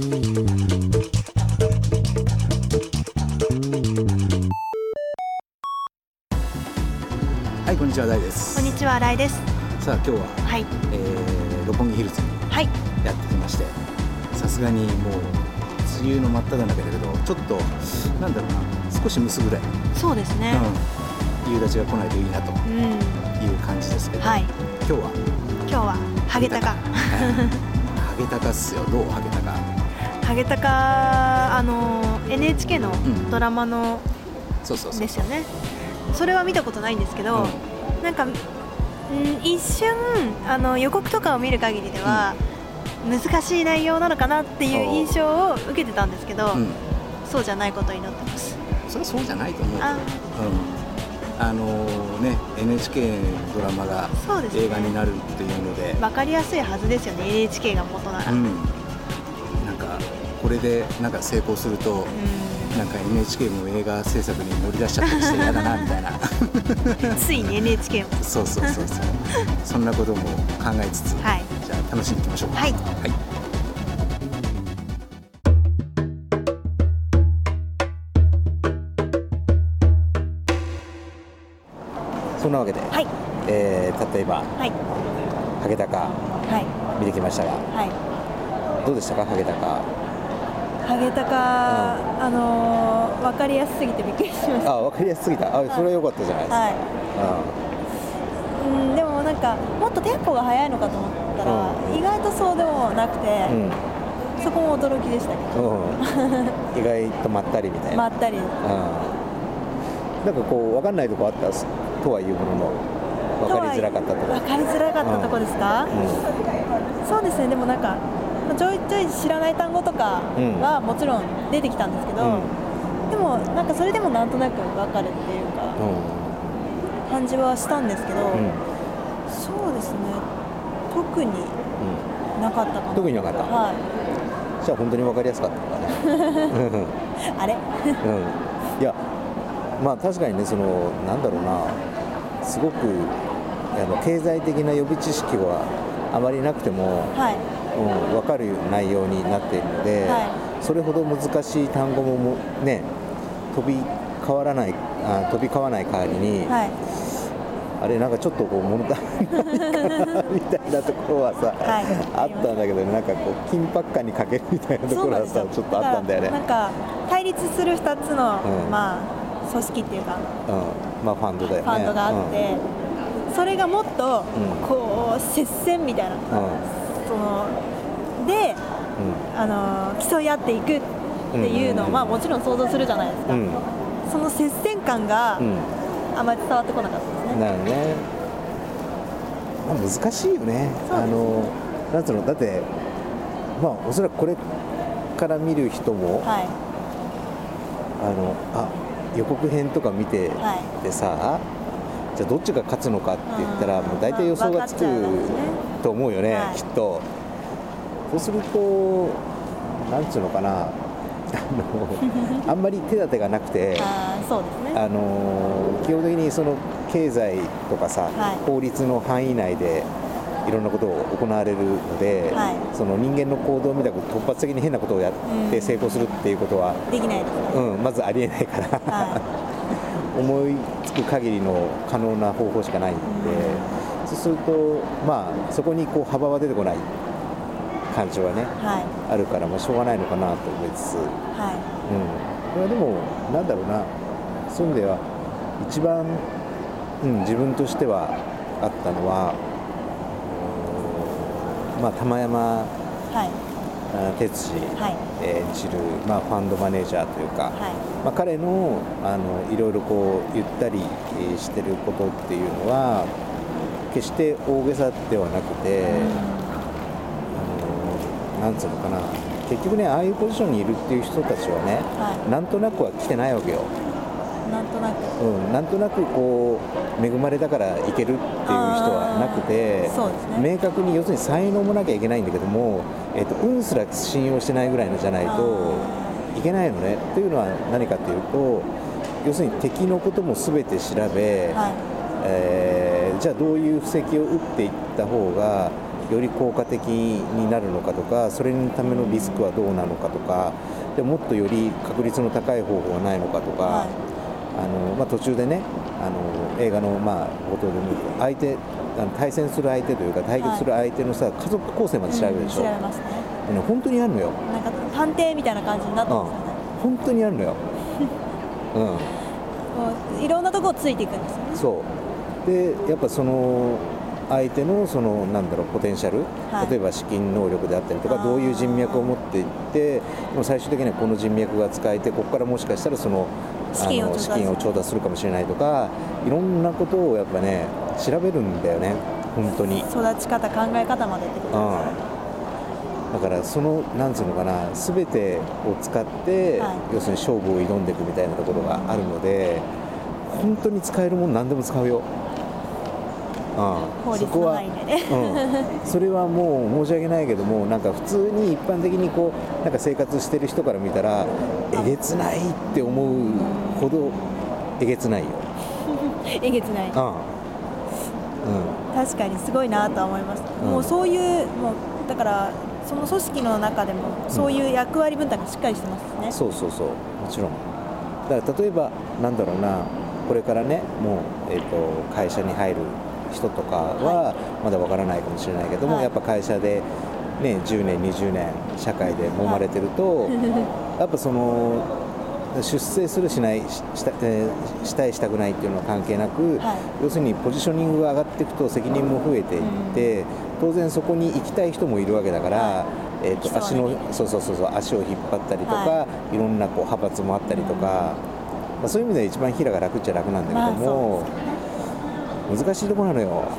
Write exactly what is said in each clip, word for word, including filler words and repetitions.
はい、こんにちは、大です。 こんにちは、新井です。 さあ、今日は、 はいえー、六本木ヒルズにはいやってきまして、さすがにもう梅雨の真っ只中だけど、ちょっとなんだろうな、少し蒸すぐらい、 そうですね。 うん、夕立が来ないといいなとうんいう感じですけど、 はい、 今日は今日はハゲタカハゲタカっすよ。どうハゲタカ？ ハゲタカ、あの エヌエイチケー のドラマの、 うん、そうそうそうですよね。それは見たことないんですけど、うん、なんか、うん、一瞬あの予告とかを見る限りでは、うん、難しい内容なのかなっていう印象を受けてたんですけど、うん、そうじゃないことになってます。 それはそうじゃないと思うよ。あ、うん、あのね、エヌエイチケー のドラマが映画になるっていうので、 分かりやすいはずですよね、エヌエイチケー が元なら、うん、 なんかこれでなんか成功すると、うん、なんか エヌエイチケー も映画制作に乗り出しちゃったりして嫌だなみたいなついに エヌエイチケー もそうそうそうそうそんなことも考えつつ、はい、じゃあ楽しんでいきましょうか。はい、はい、そんなわけで、はい、えー、例えば、はい、ハゲタカ、はい、見てきましたが、はい、どうでしたか、ハゲタカ？ ハゲタカ、うん、あのー、分かりやすすぎてびっくりしました。 あ、分かりやすすぎた。あ、それは良かったじゃないですか。はい、 うん、でもなんかもっとテンポが速いのかと思ったら、うん、意外とそうでもなくて、うん、そこも驚きでしたけど、うん、 意外とまったりみたいな。 まったり、うん、 なんかこう分かんないとこあったとはいうものの、分かりづらかったところ。 分かりづらかったところですか？うん、そうですね。でもなんかちょいちょい知らない単語とかはもちろん出てきたんですけど、うん、でもなんかそれでもなんとなく分かるっていうか、うん、感じはしたんですけど、うん、そうですね、特になかったかな。 特になかった、はい、じゃあ本当に分かりやすかったんだねあれ、 うん、いや、まあ確かにね、そのなんだろうな、すごくあの経済的な予備知識はあまりなくても、はい、うん、分かる内容になっているので、はい、それほど難しい単語もね、飛び変わらない、あ飛び交わない代わりに、はい、あれなんかちょっとこう物足りないかなみたいなところはさ、はい、あったんだけど、なんかこう緊迫感に欠けるみたいなところはさ、ちょっとあったんだよね。 なんか対立するふたつの、うん、まあ組織っていうか、 うん、まあファンドだよね。 ファンドがあって、うん、それがもっとこう接戦みたいな、うん、そので、うん、あの競い合っていくっていうのを、うん、まあもちろん想像するじゃないですか、うん、その接戦感が、うん、あまり伝わってこなかったですね。 なるほどね。まあ、難しいよね。あのなんつうの、だってまあおそらくこれから見る人も、はい、あのあ予告編とか見ててさ、はい、じゃあどっちが勝つのかって言ったら、もう大体予想がつくと思うよね、はい、きっと。そうすると、なんつうのかな、あのあんまり手立てがなくて、 あ、そうですね、 あの基本的にその経済とかさ、はい、法律の範囲内でいろんなことを行われるので、はい、その人間の行動みたく突発的に変なことをやって成功するっていうことは、 できないですね、 うん、まずありえないから、はい、思いつく限りの可能な方法しかないんで、うん、そうすると、まあ、そこにこう幅は出てこない感情はね、はい、あるから、まあ、しょうがないのかなと思いつつ、はい、うん、でもなんだろうな、そういう意味では一番、うん、自分としてはあったのは、まあ、玉山、はい、哲司、はい、演じる、まあ、ファンドマネージャーというか、はい、まあ、彼の、あのいろいろこうゆったりしてることっていうのは決して大げさではなくて、うん、なんつうのかな、結局ね、ああいうポジションにいるっていう人たちはね、はい、なんとなくは来てないわけよ。 なんとなく、 うん、なんとなくこう恵まれたからいけるっていう人はなくて、そうですね、明確に要するに才能もなきゃいけないんだけども、えーと、運すら信用してないぐらいのじゃないといけないのね。っていうのは何かっていうと、要するに敵のことも全て調べ、はい、えー、じゃあどういう布石を打っていった方がより効果的になるのかとか、それのためのリスクはどうなのかとか、でもっとより確率の高い方法はないのかとか、はい、あのまあ、途中でね、あの映画のまあ冒頭でも相手あの対戦する相手というか対決する相手のさ、はい、家族構成まで調べるでしょ、 うん、調べますね。 でね、本当にあるのよ。 なんか探偵みたいな感じになってますよね、 うん、本当にあるのよ、うん、もういろんなところついていくんですよね。 そうで、やっぱその相手のそのなんだろうポテンシャル、はい、例えば資金能力であったりとか、どういう人脈を持っていって、でも最終的にはこの人脈が使えて、ここからもしかしたらその資金を資金を調達するかもしれないとか、いろんなことをやっぱね調べるんだよね、本当に。 育ち方、考え方までってことです、 うん、だからそのなんつうのかな、全てを使って、はい、要するに勝負を挑んでいくみたいなところがあるので、本当に使えるもの何でも使うよ。うん、 法律の範囲でね、 うん、それはもう申し訳ないけども、なんか普通に一般的にこうなんか生活してる人から見たらえげつないって思うほどえげつないよえげつない、 うんうん、 確かにすごいなとは思います、うん、もうそういうもうだからその組織の中でもそういう役割分担がしっかりしてますね、うん、 そうそうそう、もちろん。だから例えばなんだろうな、これからねもう、えーと、会社に入る人とかはまだわからないかもしれないけども、はい、やっぱ会社で、ね、じゅうねんにじゅうねん社会で揉まれてると、はい、やっぱその出世するしない し, した,、えー、したいしたくないっていうのは関係なく、はい、要するにポジショニングが上がっていくと責任も増えていって、うん、当然そこに行きたい人もいるわけだから、はい、えー、と足のそうそうそうそう足を引っ張ったりとか、はい、いろんなこう派閥もあったりとか、うん、まあ、そういう意味では一番平が楽っちゃ楽なんだけども、まあ、難しいところなのよ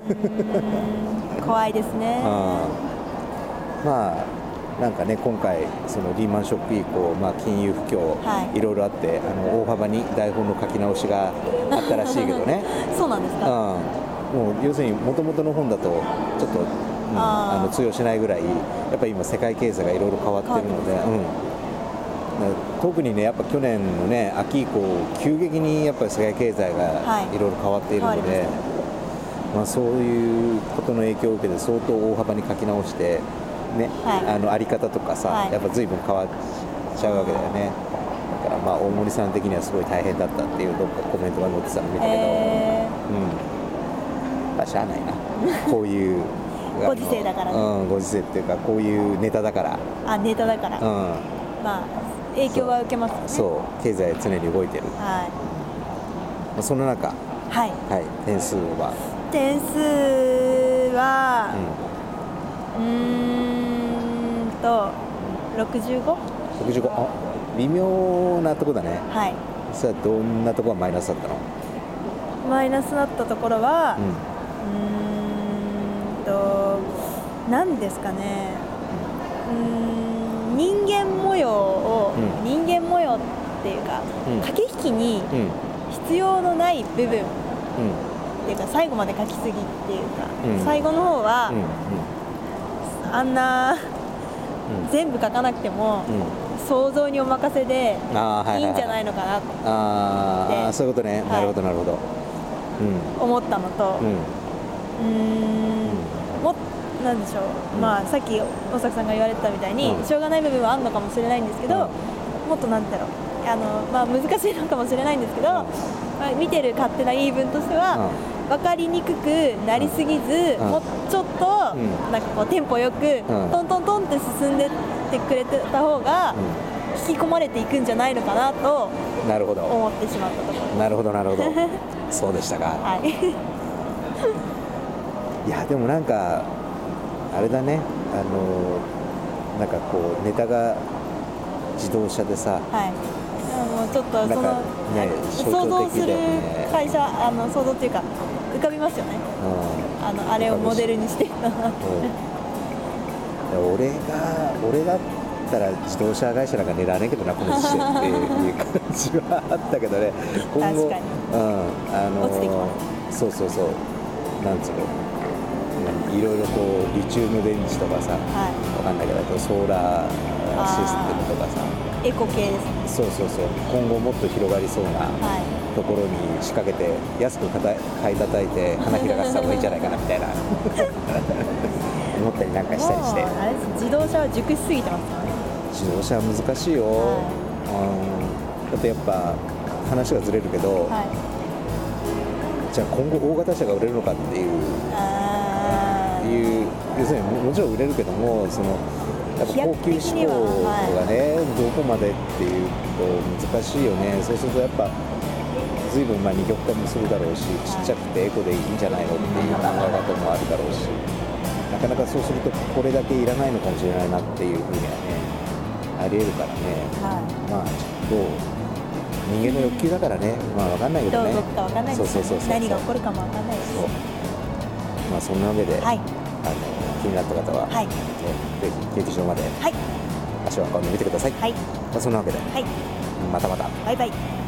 怖いですね。 うん、まあなんかね、今回そのリーマンショック以降、まあ、金融不況、はい、いろいろあってあの大幅に台本の書き直しがあったらしいけどねそうなんですか。うん、 もう要するに元々の本だとちょっと、うん、あの通用しないぐらいやっぱり今世界経済がいろいろ変わってるので、うん、特にねやっぱ去年のね秋以降急激にやっぱり世界経済がいろいろ変わっているので、はい、まあ、そういうことの影響を受けて相当大幅に書き直してね、はい、あのあり方とかさ、はい、やっぱ随分変わっちゃうわけだよね。だからまあ大森さん的にはすごい大変だったっていうどっかコメントが載ってたの見たけど、えー、うん、まあしゃあないなこういうご時世だからね、 うん、ご時世っていうかこういうネタだから、 あ、ネタだから、うん、まあ影響は受けますね。 そう、そう経済常に動いてる、はい、まあ、その中、はい、はい、点数は点数は、うん、うーんとろくじゅうご？ ろくじゅうご、あ、微妙なとこだね。 はい。 それはどんなとこがマイナスだったの？ マイナスだったところは、うん、うーんと何ですかね、うーん、人間模様を、うん、人間模様っていうか、うん、駆け引きに必要のない部分、うん、っていうか最後まで書きすぎっていうか、うん、最後の方は、うんうん、あんな全部書かなくても、うん、想像にお任せでいいんじゃないのかなって、 ああ、そういうことね、はい、なるほどなるほど、 うん、思ったのと、うん、うーん、もなんでしょう、うん、まあさっき大崎さんが言われてたみたいに、うん、しょうがない部分はあるのかもしれないんですけど、うん、もっとなんだろう、あの、まあ、難しいのかもしれないんですけど、うん、まあ、見てる勝手な言い分としては、うん、分かりにくくなりすぎず、うん、もうちょっと、うん、なんかこうテンポよく、うん、トントントンって進んでってくれてた方が、うん、引き込まれていくんじゃないのかなと思ってしまったところ。 なるほどなるほどそうでしたか。はいいやでもなんかあれだね、あのなんかこうネタが自動車でさ、はい、 もうちょっとその、ね、想像する会社、あの想像っていうか浮かびますよね、うん、あのあれをモデルにしてるなって、 うん、俺が俺だったら自動車会社なんか狙わねえけどなこの時点っていう感じはあったけどね今後、 確かに、うん、あのー、落ちてきます。 そうそうそう、なんつうの、いろいろこうリチウム電池とかさ、はい、わかんないけどソーラーシステムとかさ、 エコ系ですね。 そうそうそう、今後もっと広がりそうな、はい、 ところに仕掛けて安く買い叩いて花開かせた方がいいんじゃないかなみたいな思ったりなんかしたりして。 あれです、自動車は熟しすぎてますよね。 自動車は難しいよ、はい、うん、だってやっぱ話がずれるけど、はい、じゃあ今後大型車が売れるのかっていう、あいう要するにもちろん売れるけども、そのやっぱ高級志向がね、はい、どこまでっていうと難しいよね。そうするとやっぱ随分まあ二極化もするだろうし、ちっちゃくてエコでいいんじゃないのっていう考え方もあるだろうし、なかなかそうするとこれだけいらないのかもしれないなっていうふうにはね、ありえるからね、はい、まあちょっと人間の欲求だからね、まあ分かんないけどね、 どう動くか分かんないですね。そうそうそうそう、何が起こるかも分かんないです。 まあそんなわけで、はい、あの気になった方は、はい、ね、ぜひ劇場まで足を運んでみてください。はい、まあ、そんなわけで、はい、またまた。 バイバイ。